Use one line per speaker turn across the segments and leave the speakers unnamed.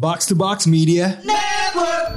Box to Box Media Network.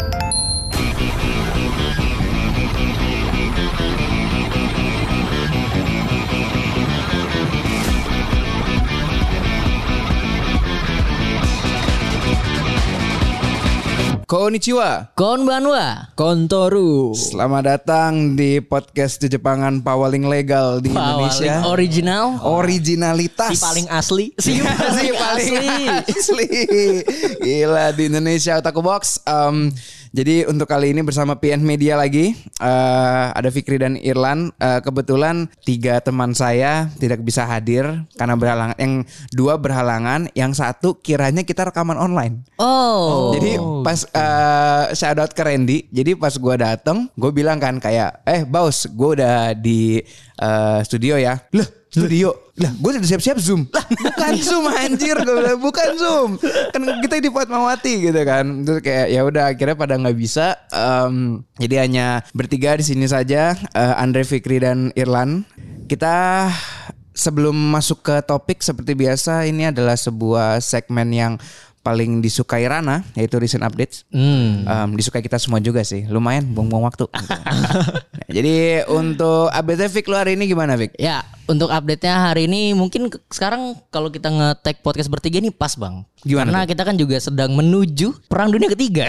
Konnichiwa,
Konbanwa,
Kontoru.
selamat datang di podcast di Jepangan paling legal di Indonesia.
Original,
Originalitas.
Si paling asli.
si
paling asli. Gila di Indonesia Otaku Box. Jadi untuk kali ini bersama PN Media lagi ada Fikri dan Irlan. Kebetulan 3 teman saya tidak bisa hadir karena berhalangan. Yang 2 berhalangan, yang 1 kiranya kita rekaman online.
Oh.
Jadi pas shout out ke Randy. Jadi pas gue dateng, gue bilang kan kayak, Baus, gue udah di studio ya. Lah studio? Lah gue udah siap-siap Zoom. Lah bukan Zoom anjir, gue bilang bukan Zoom. Kan kita di Fatmawati gitu kan. Terus kayak ya udah akhirnya pada nggak bisa. Jadi hanya bertiga di sini saja, Andre, Fikri dan Irlan. Kita sebelum masuk ke topik seperti biasa, ini adalah sebuah segmen yang paling disukai Rana, yaitu recent updates. Disukai kita semua juga sih. Lumayan buang-buang waktu. Jadi untuk update Fik lu hari ini gimana Fik?
Ya, untuk update-nya hari ini mungkin sekarang kalau kita nge-tag podcast bertiga ini pas bang.
Gimana
Karena
tuh?
kita kan juga sedang menuju Perang Dunia Ketiga.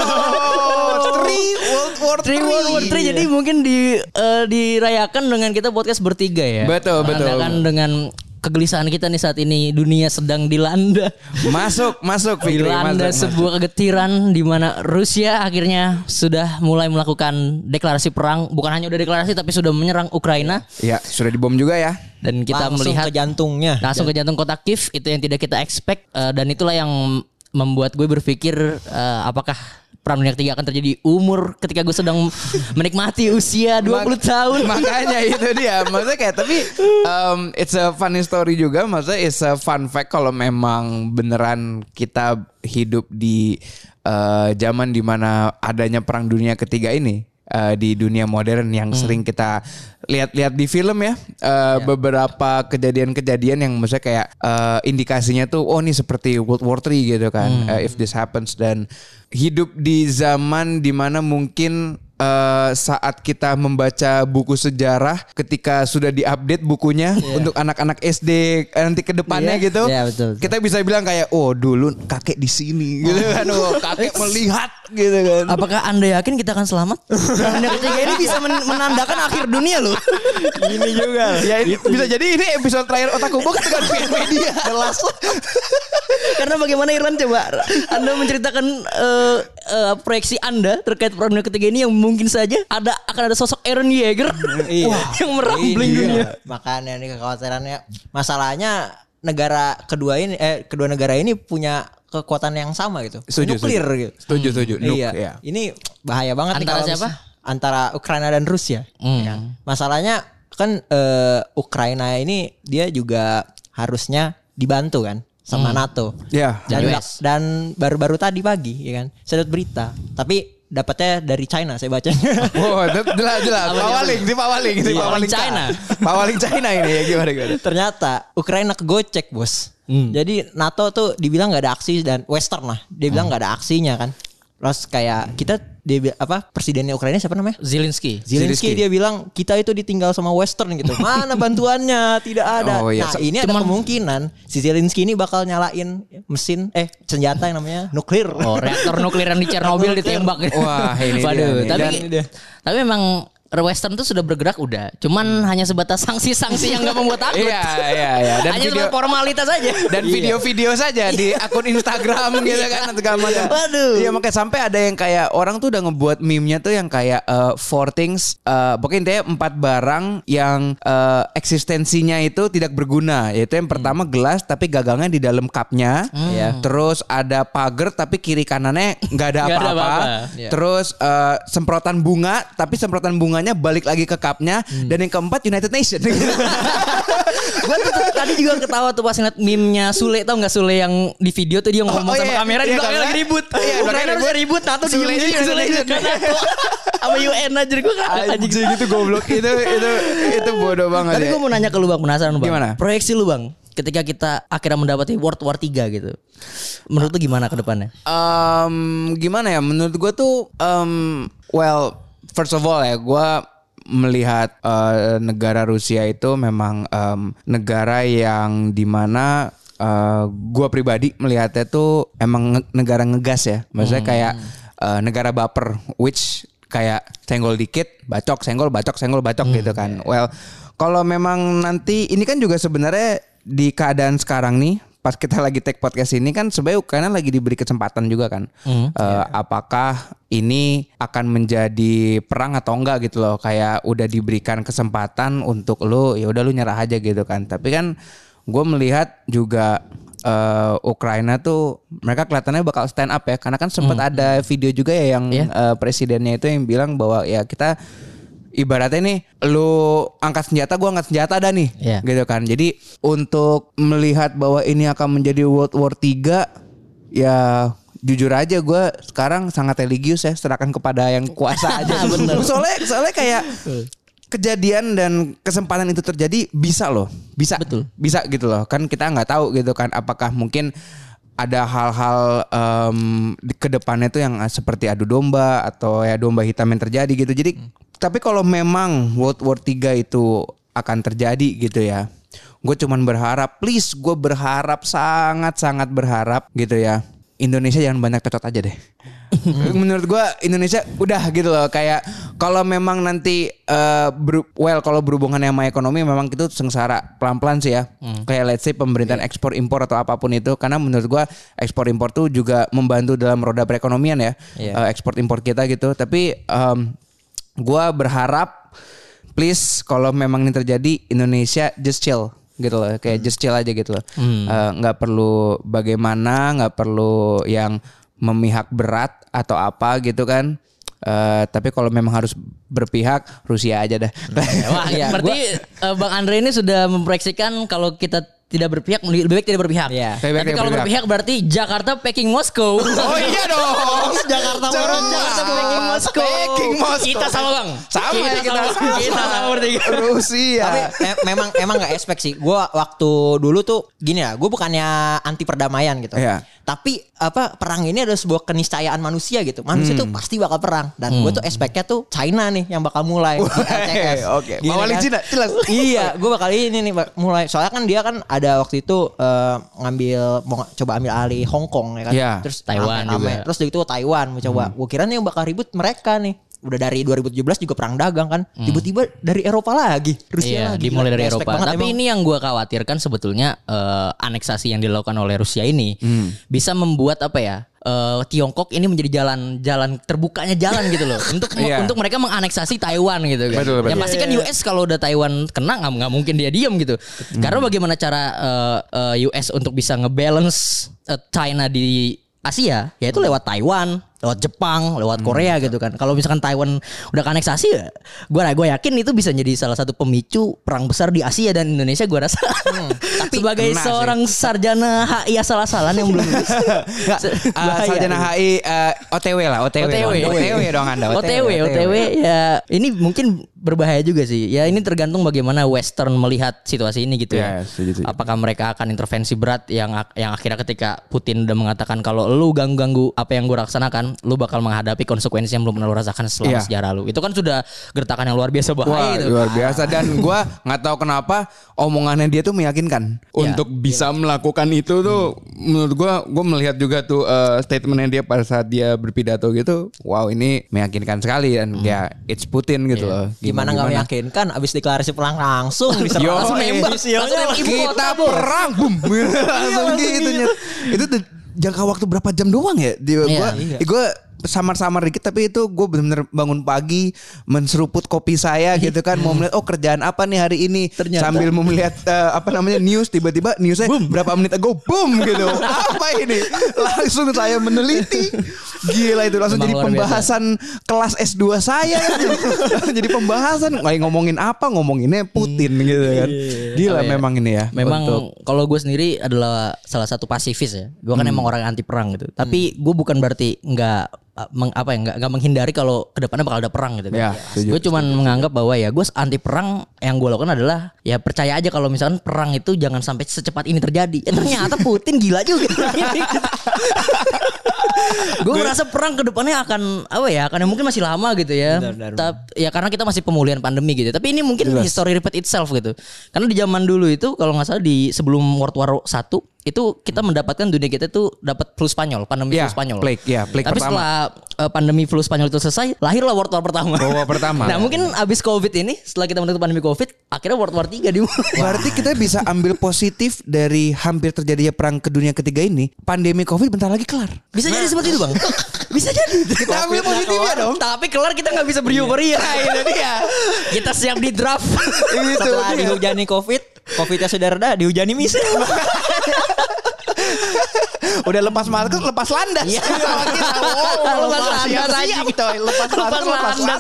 World War
World War III. Jadi mungkin dirayakan dengan kita podcast bertiga ya.
Betul.
Merayakan dengan kegelisahan kita nih saat ini, dunia sedang dilanda.
Masuk Fikri.
Dilanda sebuah kegetiran di mana Rusia akhirnya sudah mulai melakukan deklarasi perang. Bukan hanya udah deklarasi tapi sudah menyerang Ukraina.
Ya, sudah dibom juga ya.
Dan kita
Langsung
melihat
ke jantungnya.
langsung ke jantung kota Kiev. Itu yang tidak kita expect. Dan itulah yang membuat gue berpikir apakah Perang Dunia Ketiga akan terjadi umur ketika gue sedang menikmati usia 20 tahun.
Makanya itu dia. Maksudnya kayak tapi it's a funny story juga. Maksudnya it's a fun fact kalau memang beneran kita hidup di zaman dimana adanya Perang Dunia Ketiga ini. Di dunia modern yang sering kita lihat-lihat di film ya, beberapa kejadian-kejadian yang maksudnya kayak indikasinya tuh ini seperti World War III gitu kan, if this happens. Dan hidup di zaman dimana mungkin saat kita membaca buku sejarah ketika sudah diupdate bukunya untuk anak-anak SD nanti ke depannya gitu,
betul.
kita bisa bilang kayak dulu kakek di sini gitu kan, kakek melihat gitu kan.
Apakah Anda yakin kita akan selamat? Perang Dunia Ketiga ini bisa menandakan akhir dunia loh.
Ini juga.
Ya ini bisa jadi ini episode terakhir Otaku Box dengan PN Media.
Karena bagaimana Irlan, coba Anda menceritakan proyeksi Anda terkait Perang Dunia Ketiga ini yang mungkin saja akan ada sosok Eren Yeager yang merambling dunia.
Makanya nih kekhawatirannya. Masalahnya kedua negara ini punya kekuatan yang sama gitu.
Setuju,
Nuklir
setuju.
gitu.
Setuju.
Iya.
Ya.
Ini bahaya banget nih
Antara
kalau
siapa?
Antara Ukraina dan Rusia. Ya kan? Masalahnya kan Ukraina ini dia juga harusnya dibantu kan sama NATO.
Ya.
Dan baru-baru tadi pagi ya kan saya dapat berita. Tapi dapatnya dari China saya baca.
Jelas. Pawaling
China.
Pawaling China ini ya gimana?
Ternyata Ukraina kegocek bos. Jadi NATO tuh dibilang nggak ada aksi dan Western lah. Dia bilang nggak ada aksinya kan. Terus kayak presidennya Ukraina siapa namanya?
Zelensky.
Dia bilang kita itu ditinggal sama Western gitu. Mana bantuannya? Tidak ada.
Iya.
Nah ini ada kemungkinan si Zelensky ini bakal nyalain senjata yang namanya nuklir.
Reaktor nuklir yang di Chernobyl ditembak.
Wah, ini
Waduh,
dia.
tapi memang Western tuh sudah bergerak udah. Cuman hanya sebatas sanksi-sanksi yang gak membuat takut.
Iya. Dan
hanya sebatas formalitas saja.
Dan video-video saja di akun Instagram gitu kan segala macam.
Waduh.
Iya, makanya sampai ada yang kayak orang tuh udah ngebuat meme-nya tuh yang kayak 4 things, pokoknya intinya 4 barang yang eksistensinya itu tidak berguna. Yaitu yang pertama gelas tapi gagangnya di dalam cupnya. Terus ada pagar tapi kiri kanannya nggak ada apa-apa. Terus semprotan bunga tapi semprotan bunganya balik lagi ke cupnya. Dan yang keempat United Nations.
Gue tuh tadi juga ketawa tuh pas ngeliat meme-nya Sule, tau gak Sule yang di video tuh dia ngomong sama kamera di belakangnya lagi ribut. Ukraina harusnya ribut, NATO
Sule
diem sama UN aja gue
anjing gitu goblok. Itu bodoh banget.
Tapi
ya.
gue mau nanya ke lu bang, penasaran bang.
Gimana?
Proyeksi lu bang, ketika kita akhirnya mendapati World War 3 gitu. Menurut lu gimana ke depannya?
Gimana ya? Menurut gue tuh, well, first of all ya, gue melihat negara Rusia itu memang negara yang dimana gue pribadi melihatnya tuh emang negara ngegas ya. Maksudnya kayak negara baper, which kayak senggol dikit, bacok, senggol, bacok gitu kan. Well, kalau memang nanti ini kan juga sebenarnya di keadaan sekarang nih, pas kita lagi take podcast ini kan sebenarnya Ukraina lagi diberi kesempatan juga kan. Apakah ini akan menjadi perang atau enggak gitu loh. Kayak udah diberikan kesempatan untuk lu, ya udah lu nyerah aja gitu kan. Tapi kan gue melihat juga Ukraina tuh mereka kelihatannya bakal stand up ya. Karena kan sempat ada video juga ya yang presidennya itu yang bilang bahwa ya kita ibaratnya nih lu angkat senjata, gue angkat senjata dah nih, gitu kan. Jadi untuk melihat bahwa ini akan menjadi World War 3, ya jujur aja gue sekarang sangat religius ya, serahkan kepada yang kuasa aja. soalnya kayak kejadian dan kesempatan itu terjadi bisa loh, bisa gitu loh. Kan kita nggak tahu gitu kan, apakah mungkin ada hal-hal ke depannya tuh yang seperti adu domba atau ya domba hitam yang terjadi gitu. Jadi tapi kalau memang World War 3 itu akan terjadi gitu ya, gue cuman berharap, please, gue berharap, sangat-sangat berharap gitu ya, Indonesia jangan banyak cocot aja deh. Menurut gue Indonesia udah gitu loh. Kayak kalau memang nanti kalau berhubungannya sama ekonomi memang itu sengsara pelan-pelan sih ya. Kayak let's say pemerintahan ekspor impor atau apapun itu, karena menurut gue ekspor impor tuh juga membantu dalam roda perekonomian ya. Ekspor impor kita gitu. Tapi gue berharap please kalau memang ini terjadi, Indonesia just chill gitu loh, kayak just chill aja gitu loh. Nggak perlu bagaimana, nggak perlu yang memihak berat atau apa gitu kan. Tapi kalau memang harus berpihak, Rusia aja dah.
Wah, berarti Bang Andre ini sudah memproyeksikan kalau kita tidak berpihak, lebih baik tidak berpihak. Tapi kalau berpihak berarti Jakarta packing Moskow.
Oh iya dong.
Jakarta packing Moskow. Kita sama Bang.
Sama
kita sama berarti.
Rusia.
Tapi emang nggak expect sih. Gue waktu dulu tuh gini ya, gue bukannya anti perdamaian gitu. Tapi perang ini adalah sebuah keniscayaan manusia gitu. Manusia tuh pasti bakal perang. Dan gue tuh expect-nya tuh China nih yang bakal mulai.
Oke. Mawali Cina jelas.
Iya, gue bakal ini nih mulai. Soalnya kan dia kan ada waktu itu mau coba ambil alih Hong Kong ya kan.
Terus Taiwan juga.
Terus itu Taiwan mau coba. Gue kira nih yang bakal ribut mereka nih. Udah dari 2017 juga perang dagang kan. Tiba-tiba dari Eropa lagi. Rusia lagi.
Dimulai dari Eropa. Tapi ini yang gue khawatirkan sebetulnya aneksasi yang dilakukan oleh Rusia ini bisa membuat apa ya? Tiongkok ini menjadi jalan terbukanya jalan gitu loh untuk mereka menganeksasi Taiwan gitu kan.
Betul.
Ya pasti kan US kalau udah Taiwan kena nggak mungkin dia diam gitu. Karena bagaimana cara US untuk bisa ngebalance China di Asia, yaitu lewat Taiwan, lewat Jepang, lewat Korea gitu kan. Kalau misalkan Taiwan udah aneksasi, gue yakin itu bisa jadi salah satu pemicu perang besar di Asia dan Indonesia. Gue rasa. Tapi sebagai seorang sarjana HI asal-asalan yang belum lulus,
sarjana HI OTW lah, OTW dong Anda.
OTW ya. Ini mungkin berbahaya juga sih. Ya ini tergantung bagaimana Western melihat situasi ini gitu ya. Apakah mereka akan intervensi berat yang akhirnya ketika Putin udah mengatakan kalau lu ganggu apa yang gue laksanakan, lu bakal menghadapi konsekuensi yang belum pernah lu rasakan selama sejarah lu. Itu kan sudah gertakan yang luar biasa bahaya itu.
Luar biasa, dan gue nggak tahu kenapa omongannya dia tuh meyakinkan untuk bisa melakukan itu tuh. Menurut gue melihat juga tuh statementnya dia pada saat dia berpidato gitu. Wow, ini meyakinkan sekali dan ya it's Putin gitu loh.
Gimana nggak meyakinkan? Abis deklarasi perang langsung diserang, langsung nembak.
Kita perang, boom, langsung gitu. Itu jangka waktu berapa jam doang ya? Gue samar-samar dikit, tapi itu gue benar-benar bangun pagi menseruput kopi saya gitu kan, mau melihat kerjaan apa nih hari ini. Ternyata. Sambil mau melihat news, tiba-tiba newsnya berapa menit ago boom gitu. Apa ini? Langsung saya meneliti. Gila itu langsung jadi pembahasan kelas S2 saya. Jadi pembahasan ngomongin apa, ngomonginnya Putin gitu kan. Gila memang ini ya.
Memang kalau gue sendiri adalah salah satu pasifis ya. Gue kan emang orang anti perang gitu. Tapi gue bukan berarti nggak nggak menghindari kalau kedepannya bakal ada perang gitu kan.
Ya,
Gue cuman menganggap bahwa ya gue anti perang, yang gue lakukan adalah ya percaya aja kalau misalkan perang itu jangan sampai secepat ini terjadi. Ternyata Putin gila juga. Gue merasa perang kedepannya akan akan mungkin masih lama gitu ya. Ya karena kita masih pemulihan pandemi gitu. Tapi ini mungkin history repeat itself gitu. Karena di zaman dulu itu kalau nggak salah di sebelum World War 1 itu kita mendapatkan dunia kita tuh dapat flu Spanyol, pandemi flu Spanyol.
Plague
Tapi
pertama.
setelah pandemi flu Spanyol itu selesai, lahirlah World War pertama. Nah, mungkin abis Covid ini, setelah kita menutup pandemi Covid, akhirnya World War 3 dimulai.
Berarti kita bisa ambil positif dari hampir terjadinya perang ke dunia ketiga ini. Pandemi Covid bentar lagi kelar.
Bisa jadi seperti itu, Bang. Bisa jadi.
Kita ambil positifnya dong.
Tapi kelar kita nggak bisa bereuforia. Itu dia. Kita siap di draft.
Setelah dihujani Covidnya sudah reda, dihujani misil.
Udah lepas masker, lepas landas.
Iya.
Lepas landas aja gitu. Lepas landas.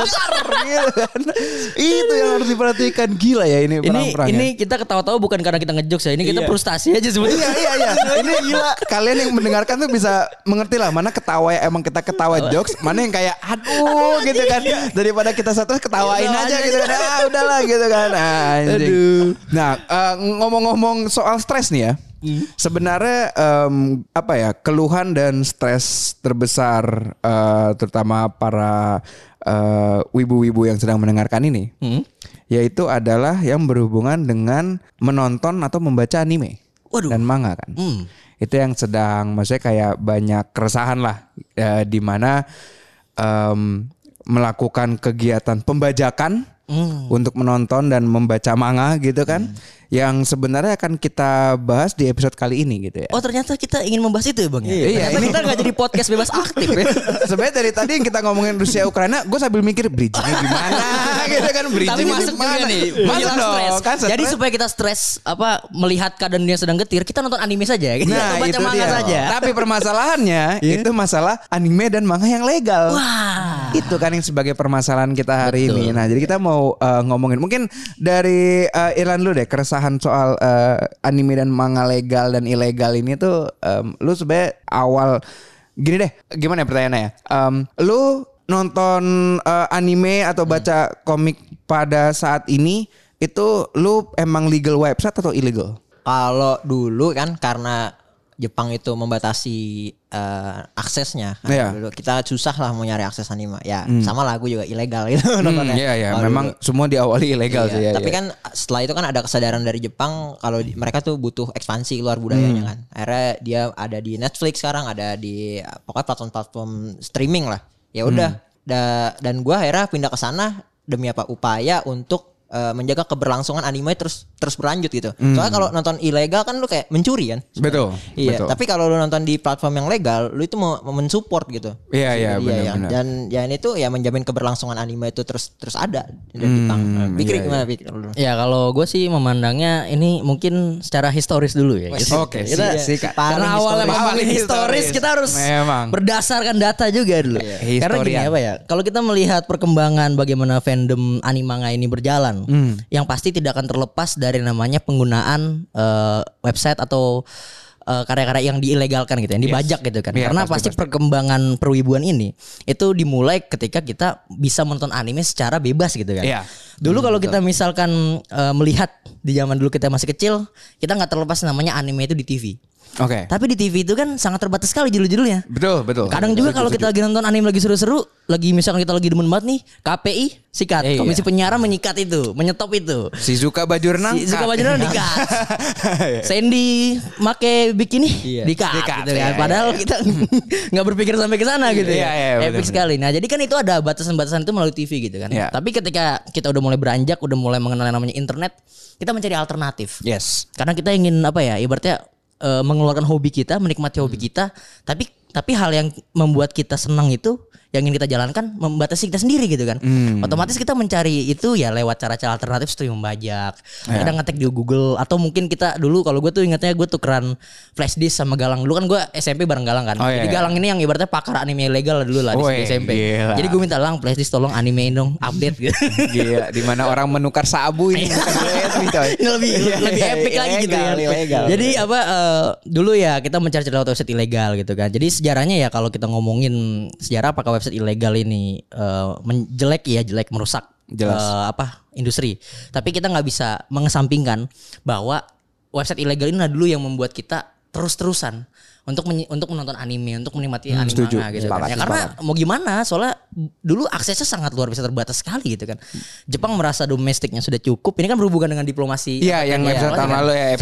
Itu yang harus diperhatikan. Gila ya ini perang-perangnya.
Ini kita ketawa-tawa bukan karena kita ngejokes ya. Ini kita frustasi aja sebetulnya.
Iya. Ini gila. Kalian yang mendengarkan tuh bisa mengerti lah mana ketawa emang kita ketawa jokes, mana yang kayak aduh gitu kan. Daripada kita satu ketawain aja gitu kan. Udahlah gitu kan. Aduh. Nah, ngomong-ngomong soal stres nih ya. Sebenarnya keluhan dan stres terbesar terutama para wibu-wibu yang sedang mendengarkan ini yaitu adalah yang berhubungan dengan menonton atau membaca anime dan manga kan. Itu yang sedang maksudnya kayak banyak keresahan lah di mana melakukan kegiatan pembajakan untuk menonton dan membaca manga gitu kan. Yang sebenarnya akan kita bahas di episode kali ini gitu ya.
Oh ternyata kita ingin membahas itu ya Bang ya?
Iya,
ternyata kita gak jadi podcast bebas aktif ya.
Sebenarnya dari tadi yang kita ngomongin Rusia Ukraina, gue sambil mikir bridgingnya gimana gitu kan.
Tapi masuk juga nih.
Masuk dong kan.
Jadi supaya kita stres melihat keadaan dunia sedang getir, kita nonton anime saja. Kita baca manga saja.
Tapi permasalahannya itu masalah anime dan manga yang legal.
Wah.
Itu kan yang sebagai permasalahan kita hari ini. Nah jadi kita mau ngomongin mungkin dari Irlan dulu deh, keresahan soal anime dan manga legal dan ilegal ini tuh lu sebenarnya awal gini deh, gimana ya pertanyaannya ya? Lu nonton anime atau baca komik pada saat ini itu lu emang legal website atau illegal?
Kalau dulu kan karena Jepang itu membatasi aksesnya. Dulu kita susah lah mau nyari akses anime. Ya sama lah aku juga ilegal gitu nontonnya.
Iya. Memang semua diawali ilegal sih ya.
Tapi kan setelah itu kan ada kesadaran dari Jepang kalau mereka tuh butuh ekspansi luar budayanya kan. Akhirnya dia ada di Netflix sekarang, ada di pokoknya platform-platform streaming lah. Ya udah dan gua akhirnya pindah ke sana demi upaya untuk menjaga keberlangsungan anime terus berlanjut gitu. Soalnya kalau nonton ilegal kan lu kayak mencuri kan.
Betul.
Iya. Betul. Tapi kalau lu nonton di platform yang legal, lu itu mau mensupport gitu.
Iya benar.
Dan ya itu ya menjamin keberlangsungan anime itu terus ada di Jepang. Pikir gimana pikir lu?
Ya kalau gue sih memandangnya ini mungkin secara historis dulu ya.
Oke.
Karena awalnya ngomongin historis kita harus berdasarkan data juga dulu. Karena gini kalau kita melihat perkembangan bagaimana fandom anime manga ini berjalan. Yang pasti tidak akan terlepas dari namanya penggunaan website atau karya-karya yang diilegalkan gitu, yang dibajak gitu kan. Karena pasti perkembangan perwibuan ini itu dimulai ketika kita bisa menonton anime secara bebas gitu kan. Dulu kalau kita misalkan melihat di zaman dulu kita masih kecil, kita nggak terlepas namanya anime itu di TV.
Oke.
Tapi di TV itu kan sangat terbatas sekali judul-judulnya.
Betul.
Kadang juga kalau kita lagi nonton anime lagi seru-seru, lagi misalkan kita lagi demen banget nih, KPI sikat, Komisi Penyiaran menyikat itu, menyetop itu.
Shizuka baju renang
dikat. Sandy make bikini dikat gitu kan. Padahal kita nggak berpikir sampai ke sana gitu ya. Epic sekali. Nah, jadi kan itu ada batasan-batasan itu melalui TV gitu kan. Tapi ketika kita udah mulai beranjak, udah mulai mengenal yang namanya internet, kita mencari alternatif. Karena kita ingin ibaratnya mengeluarkan hobi kita, menikmati hobi kita, tapi hal yang membuat kita senang itu yang ingin kita jalankan membatasi kita sendiri gitu kan. Otomatis kita mencari itu ya lewat cara-cara alternatif seperti membajak. Kadang ngetek di Google atau mungkin kita dulu kalau gue tuh ingatnya gue tukeran flash disk sama Galang. Dulu kan gue SMP bareng Galang kan. Jadi Galang ini yang ibaratnya pakar anime ilegal dulu lah di SMP. Gila. Jadi gue minta Lang flash disk tolong animein dong update gitu.
Gila, di mana orang menukar sabu ini bukan USB coy.
Lebih epic lagi gitu ya. Jadi dulu ya kita mencari website ilegal gitu kan. Jadi sejarahnya ya kalau kita ngomongin sejarah apakah website ilegal ini jelek merusak industri. Tapi kita nggak bisa mengesampingkan bahwa website ilegal ini dulu yang membuat kita terus-terusan untuk menonton anime, untuk menikmati anime gitu kan. Ya karena mau gimana, soalnya dulu aksesnya sangat luar biasa terbatas sekali gitu kan. Jepang merasa domestiknya sudah cukup. Ini kan berhubungan dengan diplomasi.
Iya, yang episode tahun lalu ya,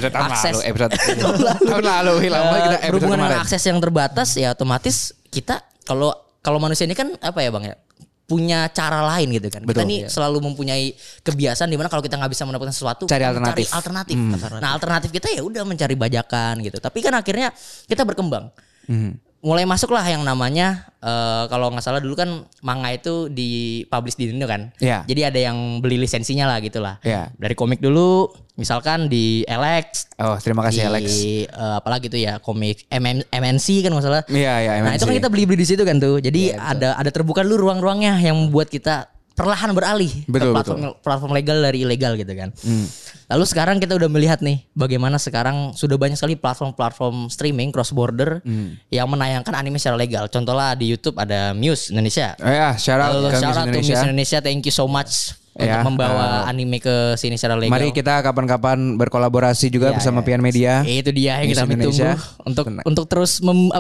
tahun lalu
berhubungan dengan akses yang terbatas ya otomatis kita kalau manusia ini kan apa ya Bang ya? Punya cara lain gitu kan. Betul, kita nih selalu mempunyai kebiasaan di mana kalau kita nggak bisa mendapatkan sesuatu,
cari alternatif.
Nah, alternatif kita ya udah mencari bajakan gitu. Tapi kan akhirnya kita berkembang. Mulai masuklah yang namanya kalau nggak salah dulu kan manga itu dipublish di Indo kan. Jadi ada yang beli lisensinya lah gitulah. Dari komik dulu misalkan di LX.
Oh, terima kasih LX.
Apalagi tuh ya komik MNC kan nggak salah.
Iya,
Nah, itu kan kita beli di situ kan tuh. Jadi ada terbuka dulu ruang-ruangnya yang membuat kita perlahan beralih ke platform legal dari ilegal gitu kan. Lalu sekarang kita udah melihat nih bagaimana sekarang sudah banyak sekali platform streaming cross border yang menayangkan anime secara legal. Contohnya di YouTube ada Muse Indonesia.
Shout out
to Muse Indonesia. Thank you so much untuk membawa anime ke sini secara legal.
Mari kita kapan-kapan berkolaborasi juga bersama Pian Media.
Itu dia yang kita tunggu untuk terus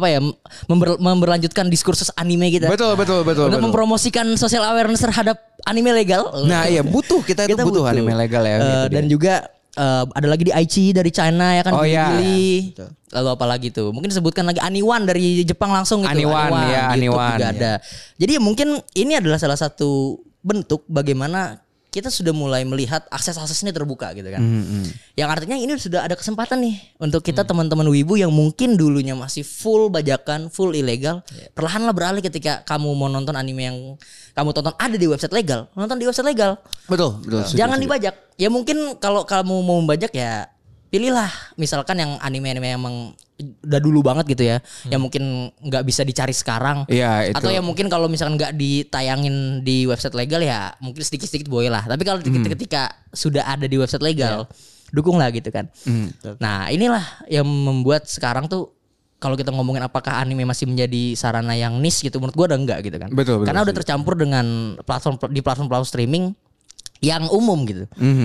memberlanjutkan diskursus anime kita.
Betul.
Untuk mempromosikan social awareness terhadap anime legal.
Nah, iya kita butuh anime legal ya.
Dan juga ada lagi di Aichi dari China ya kan. Bilibili. Lalu apa lagi tuh? Mungkin sebutkan lagi Aniwan dari Jepang langsung gitu.
Aniwan
juga ada. Jadi mungkin ini adalah salah satu bentuk bagaimana kita sudah mulai melihat akses-akses ini terbuka gitu kan. Yang artinya ini sudah ada kesempatan nih untuk kita teman-teman wibu yang mungkin dulunya masih full bajakan, full ilegal, perlahanlah beralih ketika kamu mau nonton anime yang kamu tonton ada di website legal, nonton di website legal.
Betul.
Jangan dibajak. Ya mungkin kalau kamu mau membajak ya pilihlah misalkan yang anime-anime yang emang udah dulu banget gitu ya, yang mungkin nggak bisa dicari sekarang, atau yang mungkin kalau misalkan nggak ditayangin di website legal ya mungkin sedikit-sedikit boleh lah. Tapi kalau ketika sudah ada di website legal, dukunglah gitu kan. Nah inilah yang membuat sekarang tuh kalau kita ngomongin apakah anime masih menjadi sarana yang niche gitu, menurut gue udah enggak gitu kan. Betul, karena udah tercampur dengan platform streaming yang umum gitu.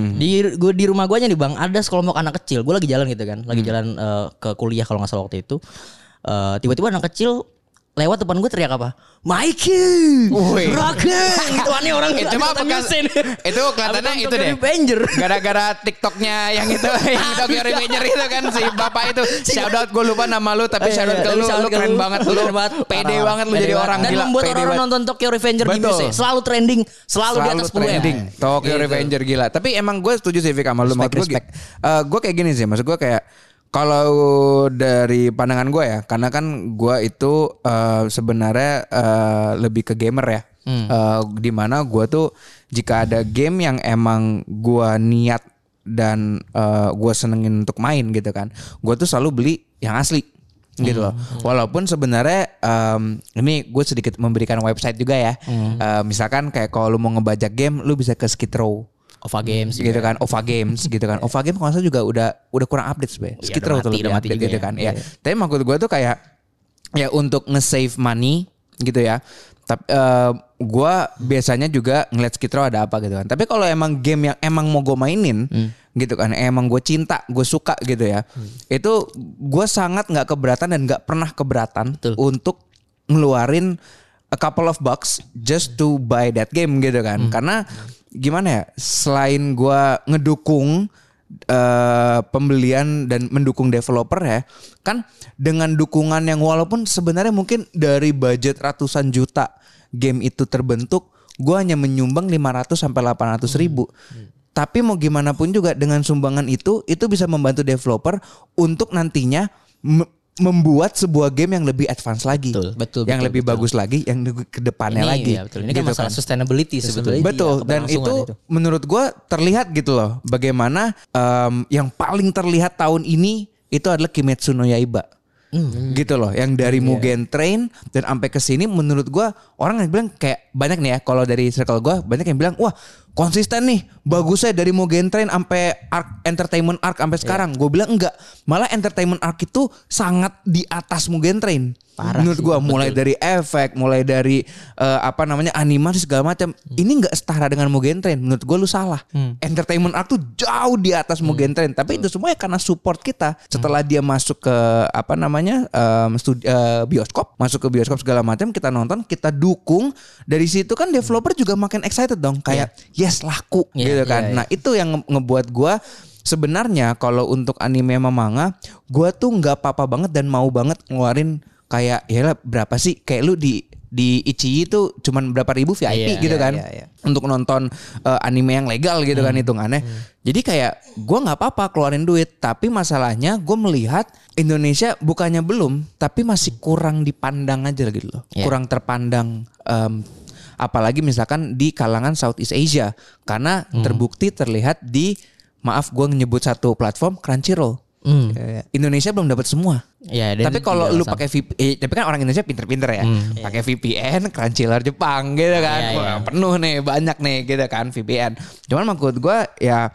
Di rumah gue aja nih Bang, ada sekelompok anak kecil. Gue lagi jalan gitu kan, lagi jalan ke kuliah kalau nggak salah waktu itu. Tiba-tiba anak kecil lewat depan gue teriak apa? Mikey, Rocket, gitu aneh orang.
Itu mah itu kelihatannya itu deh. Gara-gara TikToknya yang itu, yang Tokyo Revenger itu kan si bapak itu. Shout out, gue lupa nama lu tapi shout out ke lu keren banget lu. Pede banget lu jadi orang gila.
Dan membuat orang nonton Tokyo Revenger di Muse selalu trending, selalu di atas 10
Tokyo Revenger gila. Tapi emang gue setuju sih Fik sama lu. Gue kayak gini sih, maksud gue kayak kalau dari pandangan gue ya, karena kan gue itu sebenarnya lebih ke gamer ya, dimana gue tuh jika ada game yang emang gue niat dan gue senengin untuk main gitu kan, gue tuh selalu beli yang asli gitu loh. Walaupun sebenarnya ini gue sedikit memberikan website juga ya, misalkan kayak kalau lu mau ngebajak game, lu bisa ke Skid Row.
OVA Games
gitu kan, OVA Games gitu kan. OVA Games kalau saya juga udah kurang update sebenarnya. Skid Row tuh lebih update gitu kan. Ya. Tapi maksud gue tuh kayak ya untuk nge-save money gitu ya. Tapi gue biasanya juga ngeliat Skid Row ada apa gitu kan. Tapi kalau emang game yang emang mau gue mainin gitu kan, emang gue cinta, gue suka gitu ya. Itu gue sangat nggak keberatan dan nggak pernah keberatan untuk ngeluarin a couple of bucks just to buy that game gitu kan. Karena gimana ya, selain gue ngedukung pembelian dan mendukung developer ya, kan dengan dukungan yang walaupun sebenarnya mungkin dari budget ratusan juta game itu terbentuk, gue hanya menyumbang 500 sampai 800 ribu. Tapi mau gimana pun juga dengan sumbangan itu bisa membantu developer untuk nantinya membuat sebuah game yang lebih advance lagi.
Betul.
Yang lebih bagus lagi, yang ke depannya lagi.
Ya, betul. Ini kan masalah sustainability sebetulnya.
Betul. Dan itu menurut gue terlihat gitu loh. Bagaimana yang paling terlihat tahun ini itu adalah Kimetsu no Yaiba. Gitu loh, yang dari Mugen Train dan sampai ke sini menurut gua orang yang bilang kayak banyak nih ya, kalau dari circle gua banyak yang bilang wah konsisten nih, bagusnya dari Mugen Train sampai entertainment arc sampai sekarang. Gue bilang enggak, malah entertainment arc itu sangat di atas Mugen Train. Parah menurut gue, mulai dari efek, mulai dari animasi segala macam. Ini nggak setara dengan Mugen Train. Menurut gue lu salah. Entertainment arc tuh jauh di atas Mugen Train. Tapi itu semua ya karena support kita. Setelah dia masuk ke bioskop, masuk ke bioskop segala macam, kita nonton, kita dukung. Dari situ kan developer juga makin excited dong. Kayak yes laku gitu kan. Nah itu yang ngebuat gue sebenarnya kalau untuk anime sama manga, gue tuh nggak apa-apa banget dan mau banget ngeluarin kayak ya lah berapa sih, kayak lu di Ichiyi tuh cuman berapa ribu VIP gitu kan untuk nonton anime yang legal gitu kan hitungannya. Jadi kayak gue nggak apa-apa keluarin duit, tapi masalahnya gue melihat Indonesia bukannya belum, tapi masih kurang dipandang aja gitu loh, kurang terpandang. Apalagi misalkan di kalangan Southeast Asia, karena terbukti terlihat di, maaf gue nyebut satu platform, Crunchyroll. Indonesia belum dapat semua. Tapi kalau lu pakai VPN, tapi kan orang Indonesia pinter-pinter ya. Pakai VPN, Crunchyroll Jepang gitu kan. Wah, penuh nih, banyak nih gitu kan VPN. Cuman maksud gue ya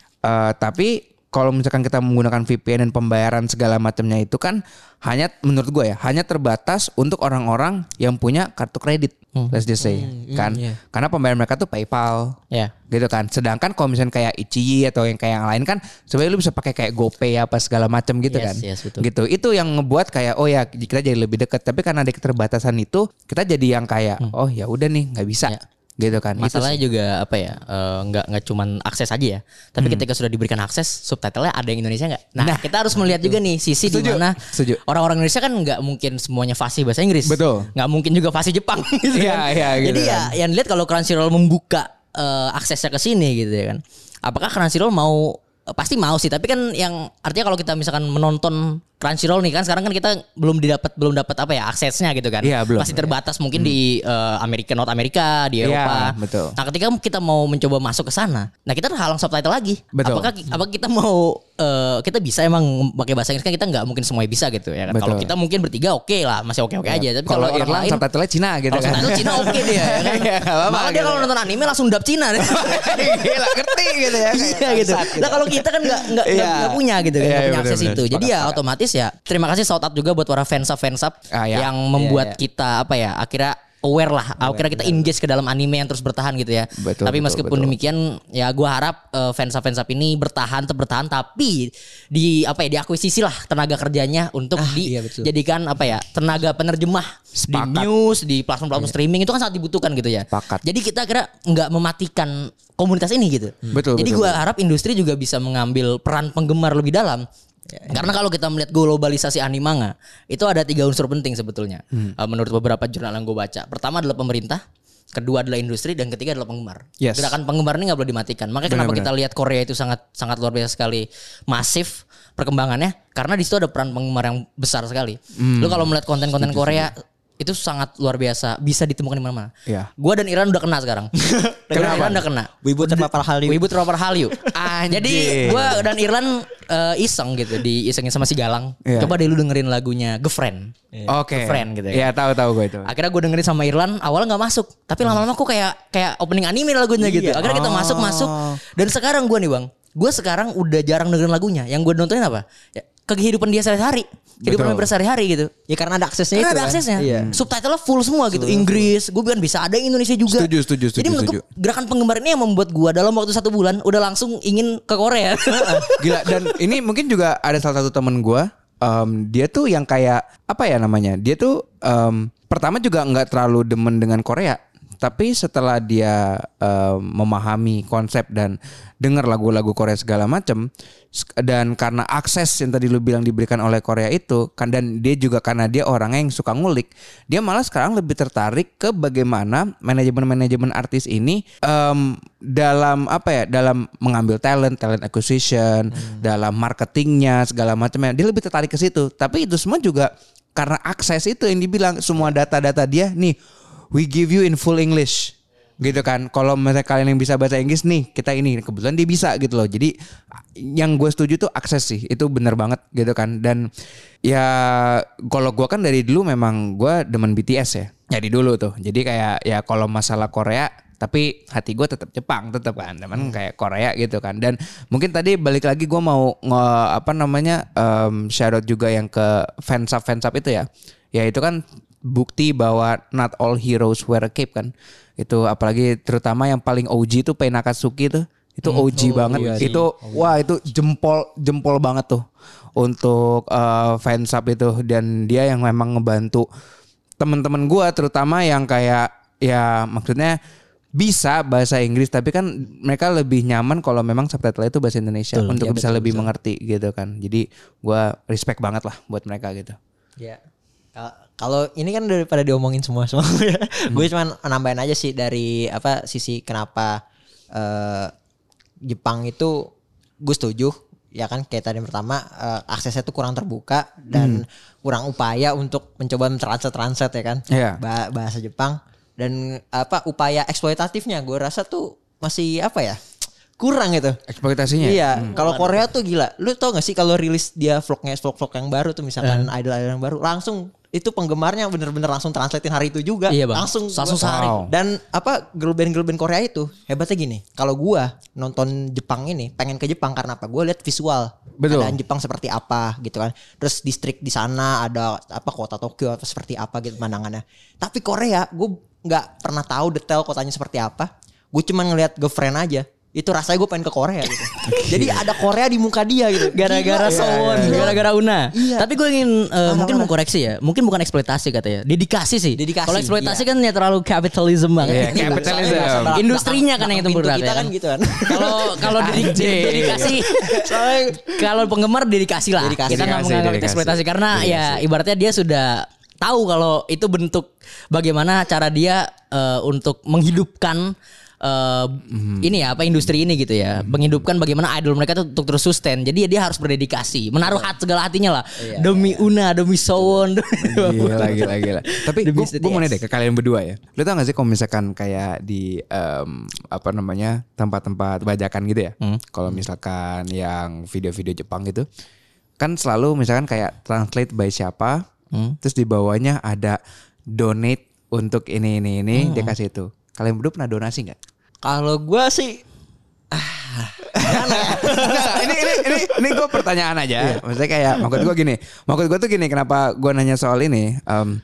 tapi kalau misalkan kita menggunakan VPN dan pembayaran segala macamnya itu kan hanya, menurut gue ya, hanya terbatas untuk orang-orang yang punya kartu kredit. Let's just say kan. Karena pembayaran mereka tuh PayPal. Gitu kan. Sedangkan kalau misalnya kayak Ichiyi atau yang kayak yang lain kan sebenarnya lu bisa pakai kayak GoPay apa segala macam gitu kan. Gitu. Itu yang ngebuat kayak oh ya kita jadi lebih dekat. Tapi karena ada keterbatasan itu, kita jadi yang kayak oh ya udah nih nggak bisa. Gitu kan.
Masalahnya juga apa ya, nggak cuman akses aja ya, tapi ketika sudah diberikan akses, subtitlenya ada yang Indonesia nggak? Nah kita harus melihat juga nih sisi di mana orang-orang Indonesia kan nggak mungkin semuanya fasih bahasa Inggris, nggak mungkin juga fasih Jepang gitu kan. Jadi gitu ya yang dilihat kalau Crunchyroll membuka aksesnya ke sini gitu ya kan, apakah Crunchyroll mau? Pasti mau sih, tapi kan yang artinya kalau kita misalkan menonton Crunchyroll nih kan sekarang kan kita belum dapat apa ya aksesnya gitu kan. Masih terbatas mungkin di North Amerika, di Eropa.
Betul.
Nah, ketika kita mau mencoba masuk ke sana, nah kita terhalang subtitle lagi. Apakah kita mau kita bisa emang pakai bahasa Inggris kan, kita nggak mungkin semuanya bisa gitu ya kan. Kalau kita mungkin bertiga oke lah, masih oke aja. Tapi kalau orang lain
subtitlenya Cina gitu kan.
Subtitle Cina oke dia ya kan. Malah dia kalau nonton anime langsung dub Cina.
Gila, ngerti gitu ya.
Iya gitu. Nah kalau kita kan nggak punya gitu kan, nggak punya akses itu. Jadi ya otomatis ya terima kasih shout out juga buat para fansub yang membuat kita apa ya akhirnya aware lah, akhirnya kita engage ke dalam anime yang terus bertahan gitu ya. Tapi meskipun demikian ya gue harap fansub ini bertahan tapi diakuisisi lah tenaga kerjanya untuk dijadikan apa ya tenaga penerjemah di news, di platform streaming itu kan sangat dibutuhkan gitu ya. Jadi kita kira nggak mematikan komunitas ini gitu. Jadi gue harap industri juga bisa mengambil peran penggemar lebih dalam. Karena kalau kita melihat globalisasi anime manga, itu ada 3 unsur penting sebetulnya. Menurut beberapa jurnal yang gue baca. Pertama adalah pemerintah, kedua adalah industri, dan ketiga adalah penggemar. Gerakan penggemar ini nggak boleh dimatikan. Makanya kenapa kita lihat Korea itu sangat luar biasa sekali masif perkembangannya, karena di situ ada peran penggemar yang besar sekali. Lu kalau melihat konten-konten Korea itu sangat luar biasa, bisa ditemukan di mana-mana. Gua dan Iran udah kena sekarang. Iran udah kena.
Wibu terpapar Hallyu.
Jadi gua dan Iran iseng gitu, diisengin sama si Galang. Coba deh lu dengerin lagunya Girlfriend. Girlfriend gitu
ya. Iya, tahu gue itu.
Akhirnya gue dengerin sama Irlan, awalnya nggak masuk, tapi lama-lama kok kayak opening anime lagunya gitu. Akhirnya kita masuk. Dan sekarang gue nih bang, gue sekarang udah jarang dengerin lagunya. Yang gue nontonin apa? Ya, kehidupan dia sehari-hari. Kehidupan bersehari-hari gitu.
Ya karena ada aksesnya.
Karena ada aksesnya. Subtitlenya full semua gitu. Inggris. Gue kan bisa ada yang Indonesia juga.
Setuju.
Jadi menurut gue gerakan penggemar ini yang membuat gue dalam waktu 1 bulan udah langsung ingin ke Korea.
Gila. Dan ini mungkin juga ada salah satu temen gue. Dia tuh yang kayak apa ya namanya? Dia tuh pertama juga nggak terlalu demen dengan Korea. Tapi setelah dia memahami konsep dan dengar lagu-lagu Korea segala macam, dan karena akses yang tadi lu bilang diberikan oleh Korea itu kan, dan dia juga karena dia orang yang suka ngulik, dia malah sekarang lebih tertarik ke bagaimana manajemen artis ini dalam dalam mengambil talent acquisition, dalam marketingnya segala macamnya, dia lebih tertarik ke situ. Tapi itu semua juga karena akses itu yang dibilang, semua data-data dia nih, we give you in full English gitu kan. Kalau misalnya kalian yang bisa bahasa Inggris nih, kita ini kebetulan dia bisa gitu loh. Jadi yang gue setuju tuh akses sih, itu bener banget gitu kan. Dan ya kalau gue kan dari dulu memang gue demen BTS ya, dari dulu tuh. Jadi kayak ya kalau masalah Korea, tapi hati gue tetap Jepang, tetap kan teman kayak Korea gitu kan. Dan mungkin tadi balik lagi gue mau shout out juga yang ke fansub itu ya. Ya itu kan bukti bahwa not all heroes wear a cape kan. Itu apalagi terutama yang paling OG itu Pei Nakatsuki tuh. Itu OG banget.
Iya,
itu wah itu jempol banget tuh untuk fansub itu, dan dia yang memang ngebantu teman-teman gue terutama yang kayak ya maksudnya bisa bahasa Inggris tapi kan mereka lebih nyaman kalau memang subtitle itu bahasa Indonesia untuk bisa lebih mengerti gitu kan. Jadi gue respect banget lah buat mereka gitu.
Ya. Kalau ini kan daripada diomongin semua ya. Gue cuma nambahin aja sih dari sisi kenapa Jepang itu gue setuju ya kan, kayak tadi pertama aksesnya tuh kurang terbuka dan kurang upaya untuk mencoba translate ya kan. Bahasa Jepang, dan upaya eksploitatifnya gue rasa tuh masih kurang gitu
eksploitasinya.
Iya, kalau Korea tuh gila. Lu tau gak sih kalau rilis dia vlog yang baru tuh, misalkan idol yang baru, langsung itu penggemarnya bener-bener langsung translatein hari itu juga.
Iya bang.
Langsung
sehari.
Dan girl band Korea itu hebatnya gini. Kalau gua nonton Jepang ini pengen ke Jepang karena apa? Gua lihat visual.
Betul.
Keadaan Jepang seperti apa gitu kan. Terus distrik di sana ada kota Tokyo atau seperti apa gitu pemandangannya. Tapi Korea gua nggak pernah tahu detail kotanya seperti apa. Gue cuma ngelihat girlfriend aja. Itu rasanya gue pengen ke Korea gitu. Jadi ada Korea di muka dia gitu.
Gara-gara Sowon, gara-gara Una.
Iya.
Tapi gue ingin mungkin mengkoreksi ya. Mungkin bukan eksploitasi katanya. Dedikasi sih. Kalau eksploitasi kan ya terlalu kapitalisme banget.
Iya, kapitalisme.
Industrinya kan yang itu berat
kita
ya.
kan gitu kan.
Kalau dedikasi, kalau penggemar dedikasi lah. Kita nggak menganggap itu eksploitasi karena ya ibaratnya dia sudah tahu kalau itu bentuk bagaimana cara dia untuk menghidupkan industri ini gitu ya, menghidupkan bagaimana idol mereka tuh untuk terus sustain. Jadi dia harus berdedikasi, menaruh segala hatinya lah demi Una, demi Sowon.
Gila. Tapi gue mau nanya deh ke kalian berdua ya. Lu tau gak sih kalau misalkan kayak di tempat-tempat bajakan gitu ya, kalau misalkan yang video-video Jepang gitu kan selalu misalkan kayak translate by siapa, terus di bawahnya ada donate untuk ini dia kasih itu. Kalian berdua pernah donasi nggak?
Kalau gue sih,
ini gue pertanyaan aja. Maksudnya kayak maksud gue tuh gini. Kenapa gue nanya soal ini?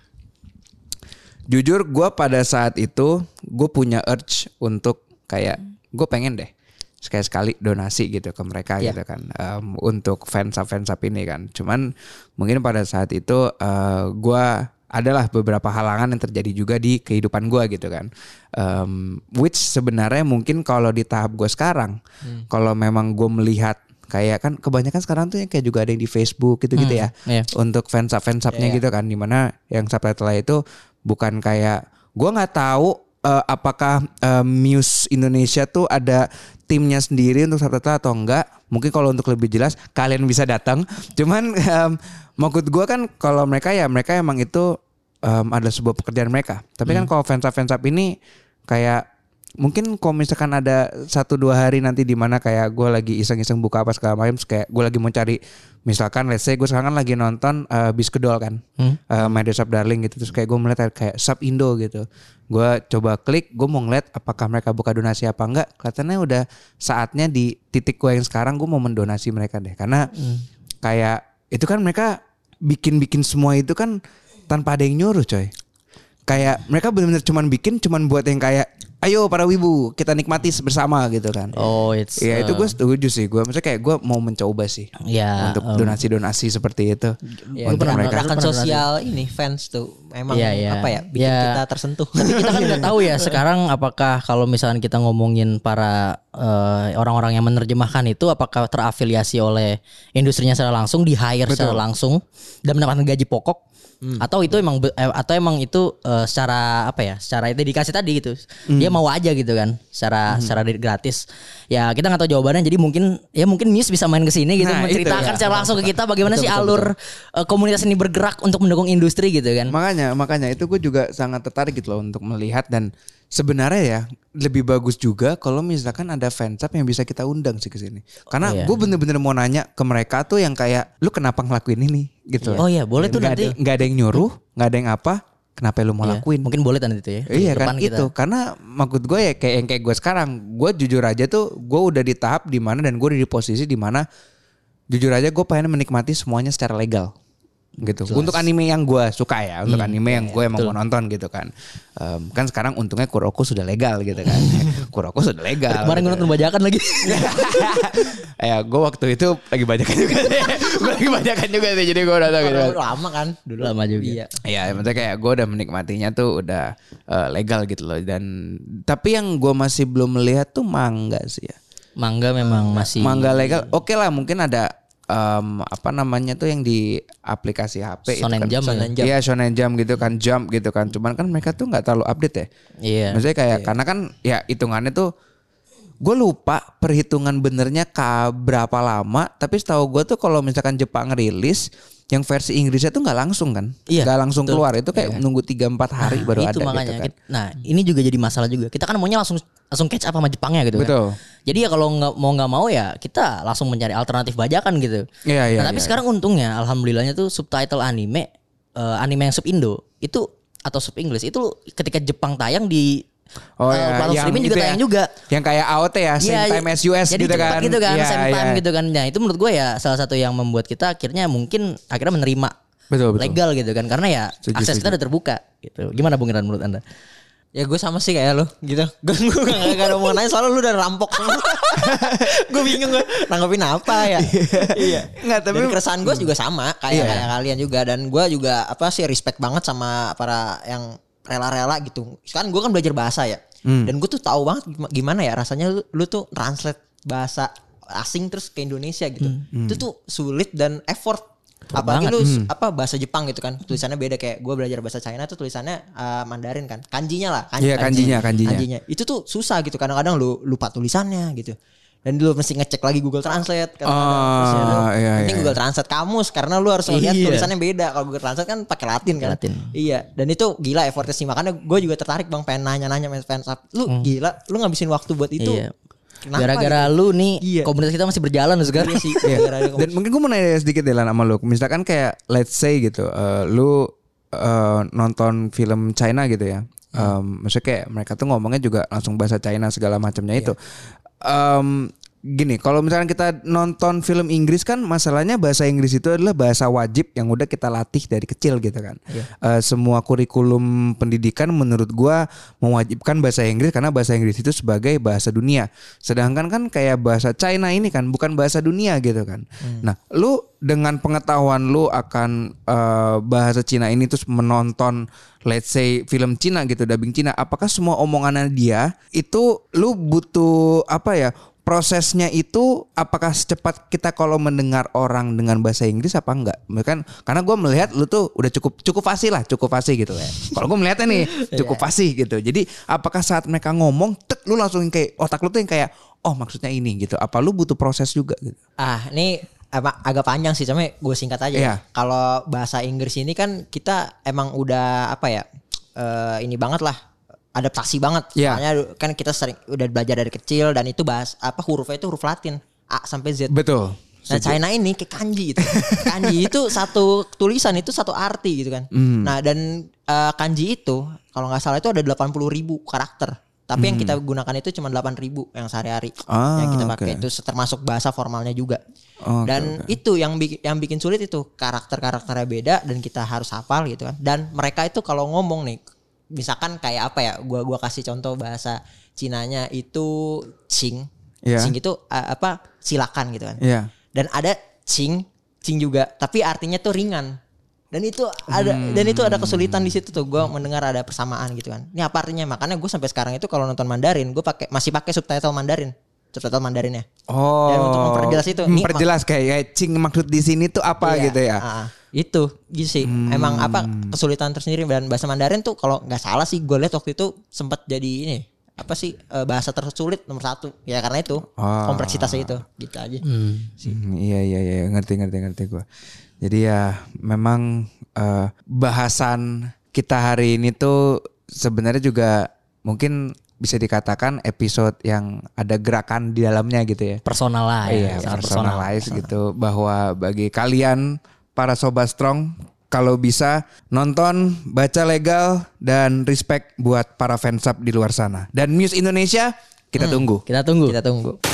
Jujur gue pada saat itu gue punya urge untuk kayak gue pengen deh sekali-sekali donasi gitu ke mereka gitu kan, untuk fansub ini kan. Cuman mungkin pada saat itu gue adalah beberapa halangan yang terjadi juga di kehidupan gue gitu kan, which sebenarnya mungkin kalau di tahap gue sekarang, kalau memang gue melihat kayak kan kebanyakan sekarang tuh yang kayak juga ada yang di Facebook gitu-gitu ya, untuk fansubnya gitu kan, dimana yang subtitle itu bukan kayak, gue nggak tahu apakah Muse Indonesia tuh ada timnya sendiri untuk subtitle atau enggak. Mungkin kalau untuk lebih jelas kalian bisa datang. Cuman maksud gue kan kalau mereka emang itu adalah sebuah pekerjaan mereka. Tapi kan kalau fansub ini kayak mungkin kalau misalkan ada 1-2 hari nanti di mana kayak gue lagi iseng-iseng buka apa segala macam, kayak gue lagi mau cari, misalkan let's say gue sekarang kan lagi nonton Biskedol kan, My Dear Sub Darling gitu, terus kayak gue melihat kayak Sub Indo gitu, gue coba klik, gue mau ngeliat apakah mereka buka donasi apa enggak. Kelihatannya udah saatnya di titik gue yang sekarang gue mau mendonasi mereka deh, karena kayak itu kan mereka bikin semua itu kan tanpa ada yang nyuruh coy. Kayak mereka benar-benar cuman bikin cuman buat yang kayak ayo para wibu kita nikmati bersama gitu kan.
Oh,
ya itu gue setuju sih. Gue maksudnya kayak gue mau mencoba sih untuk donasi-donasi seperti itu.
Untuk mereka kan sosial ini fans tuh emang apa ya bikin kita tersentuh.
Tapi kita kan nggak tahu ya sekarang apakah kalau misalnya kita ngomongin para orang-orang yang menerjemahkan itu apakah terafiliasi oleh industrinya secara langsung, di hire secara langsung dan mendapatkan gaji pokok. Atau itu emang itu secara apa ya, secara dedikasi tadi gitu, dia mau aja gitu kan, secara gratis. Ya kita nggak tahu jawabannya, jadi mungkin Muse bisa main ke sini gitu, menceritakan secara langsung ke kita bagaimana sih alur komunitas ini bergerak untuk mendukung industri gitu kan.
Makanya itu gue juga sangat tertarik gitu loh untuk melihat, dan sebenarnya ya lebih bagus juga kalau misalkan ada fansub yang bisa kita undang sih ke sini. Karena gue bener-bener mau nanya ke mereka tuh yang kayak lu kenapa ngelakuin ini gitu.
Oh iya, boleh tuh nanti.
Nggak ada yang nyuruh, nggak ada yang apa. Kenapa lu mau lakuin?
Mungkin boleh nanti itu ya.
Iya kan itu. Karena maksud gue ya kayak gue sekarang, gue jujur aja tuh gue udah di tahap di mana dan gue udah di posisi di mana jujur aja gue pengen menikmati semuanya secara legal. Gitu. Jelas. Untuk anime yang gue suka ya, untuk anime yang gue emang mau nonton gitu kan. Kan sekarang untungnya Kuroko sudah legal gitu kan. Kuroko sudah legal.
Kemarin gue nonton bajakan lagi.
Ya gue waktu itu lagi bajakan juga. Gue lagi bajakan juga sih, jadi gue udah tahu gitu.
Lama kan?
Dulu lama juga.
Iya, maksudnya kayak gue udah menikmatinya tuh udah legal gitu loh. Dan tapi yang gue masih belum melihat tuh manga sih ya.
Manga memang masih.
Manga legal. Oke lah, mungkin ada apa namanya tuh yang di aplikasi HP
Shonen
itu kan,
Jump.
Iya, Shonen Jump gitu kan, Jump gitu kan. Cuman kan mereka tuh nggak terlalu update ya.
Iya.
Maksudnya kayak karena kan ya hitungannya tuh gue lupa perhitungan benernya berapa lama. Tapi setahu gue tuh kalau misalkan Jepang rilis yang versi Inggrisnya tuh nggak langsung kan, nggak langsung keluar. Itu kayak nunggu 3-4 hari baru
itu
ada
makanya.
gitu kan.
Nah ini juga jadi masalah juga. Kita kan maunya langsung catch up sama Jepangnya gitu.
Betul.
Kan. Jadi ya kalau nggak mau ya kita langsung mencari alternatif bajakan gitu.
Iya.
Nah, tapi sekarang untungnya alhamdulillahnya tuh subtitle anime yang sub Indo itu atau sub English itu ketika Jepang tayang di platform streaming juga tayang juga.
Yang kayak AOT ya, same time as US
jadi
gitu kan.
Gitu kan, same time gitu kan. Nah itu menurut gue ya salah satu yang membuat kita akhirnya menerima
betul.
legal gitu kan. Karena ya akses kita udah terbuka gitu. Gimana Bung Iran menurut Anda?
Ya gue sama sih kayak lo gitu. Gue gak ada mau nanya soalnya lu udah rampok semua. Gue bingung gue nanggepin apa ya. Iya.
Nggak, tapi
dan keresahan gue juga sama kayak kalian juga. Dan gue juga respect banget sama para yang rela-rela gitu. Sekarang gue kan belajar bahasa ya. Dan gue tuh tahu banget gimana ya rasanya lu tuh translate bahasa asing terus ke Indonesia gitu. Itu tuh sulit dan effort. Apalagi lu bahasa Jepang gitu kan, tulisannya beda. Kayak gue belajar bahasa China tuh tulisannya Mandarin kan, kanjinya kanjinya itu tuh susah gitu, kadang-kadang lu lupa tulisannya gitu, dan lu mesti ngecek lagi Google Translate penting Google Translate kamus karena lu harus lihat tulisannya beda. Kalau Google Translate kan pakai Latin kan. Iya, dan itu gila effortnya sih, makanya gue juga tertarik bang, pengen nanya-nanya fans lu gila, lu ngabisin waktu buat itu. Kenapa
gara-gara gitu? Lu nih komunitas kita masih berjalan sekarang sih.
Dan mungkin gue mau nanya sedikit deh sama lu. Misalkan kayak let's say gitu, lu nonton film China gitu ya. Maksudnya kayak mereka tuh ngomongnya juga langsung bahasa China segala macamnya itu. Gini, kalau misalkan kita nonton film Inggris kan masalahnya bahasa Inggris itu adalah bahasa wajib yang udah kita latih dari kecil gitu kan. Semua kurikulum pendidikan menurut gua mewajibkan bahasa Inggris karena bahasa Inggris itu sebagai bahasa dunia. Sedangkan kan kayak bahasa China ini kan bukan bahasa dunia gitu kan. Nah, lu dengan pengetahuan lu akan bahasa Cina ini terus menonton let's say film Cina gitu, dubbing Cina, apakah semua omongannya dia itu lu butuh apa ya? Prosesnya itu apakah secepat kita kalau mendengar orang dengan bahasa Inggris apa enggak? Kan karena gue melihat lu tuh udah cukup fasih gitu ya. Kalau gue melihatnya nih cukup fasih gitu. Jadi apakah saat mereka ngomong, lu langsung kayak otak lu tuh yang kayak oh maksudnya ini gitu. Apa lu butuh proses juga gitu?
Ini agak panjang sih, cuma gue singkat aja. Kalau bahasa Inggris ini kan kita emang udah ini banget lah. Adaptasi banget, soalnya kan kita udah belajar dari kecil dan itu hurufnya itu huruf Latin A sampai Z.
Betul.
Nah China ini kayak kanji itu, kanji itu satu tulisan itu satu arti gitu kan. Nah dan kanji itu kalau nggak salah itu ada 80.000 karakter. Tapi yang kita gunakan itu cuma 8.000 yang sehari-hari yang kita pakai itu termasuk bahasa formalnya juga. Dan itu yang bikin sulit itu karakternya beda dan kita harus hafal gitu kan. Dan mereka itu kalau ngomong nih misalkan kayak apa ya? Gua kasih contoh bahasa Cinanya itu Qing. Qing itu silakan gitu kan. Dan ada Qing juga, tapi artinya tuh ringan. Dan itu ada kesulitan di situ tuh. Gue mendengar ada persamaan gitu kan. Ini apa artinya? Makanya gue sampai sekarang itu kalau nonton Mandarin, gue masih pakai subtitle Mandarinnya. Oh. Dan untuk memperjelas itu.
Memperjelas kayak Qing maksud di sini tuh apa gitu ya.
Itu gitu sih. Emang kesulitan tersendiri. Dan bahasa Mandarin tuh kalau nggak salah sih gue lihat waktu itu sempat jadi ini. Bahasa tersulit nomor 1 ya karena itu kompleksitasnya itu gitu aja.
Iya ngerti gue. Jadi ya memang bahasan kita hari ini tuh sebenarnya juga mungkin bisa dikatakan episode yang ada gerakan di dalamnya gitu ya.
Personalize.
Iya, personalize gitu. Bahwa bagi kalian para Sobat Strong, kalau bisa nonton, baca legal, dan respect buat para fansub di luar sana. Dan Muse Indonesia kita tunggu.
Kita tunggu.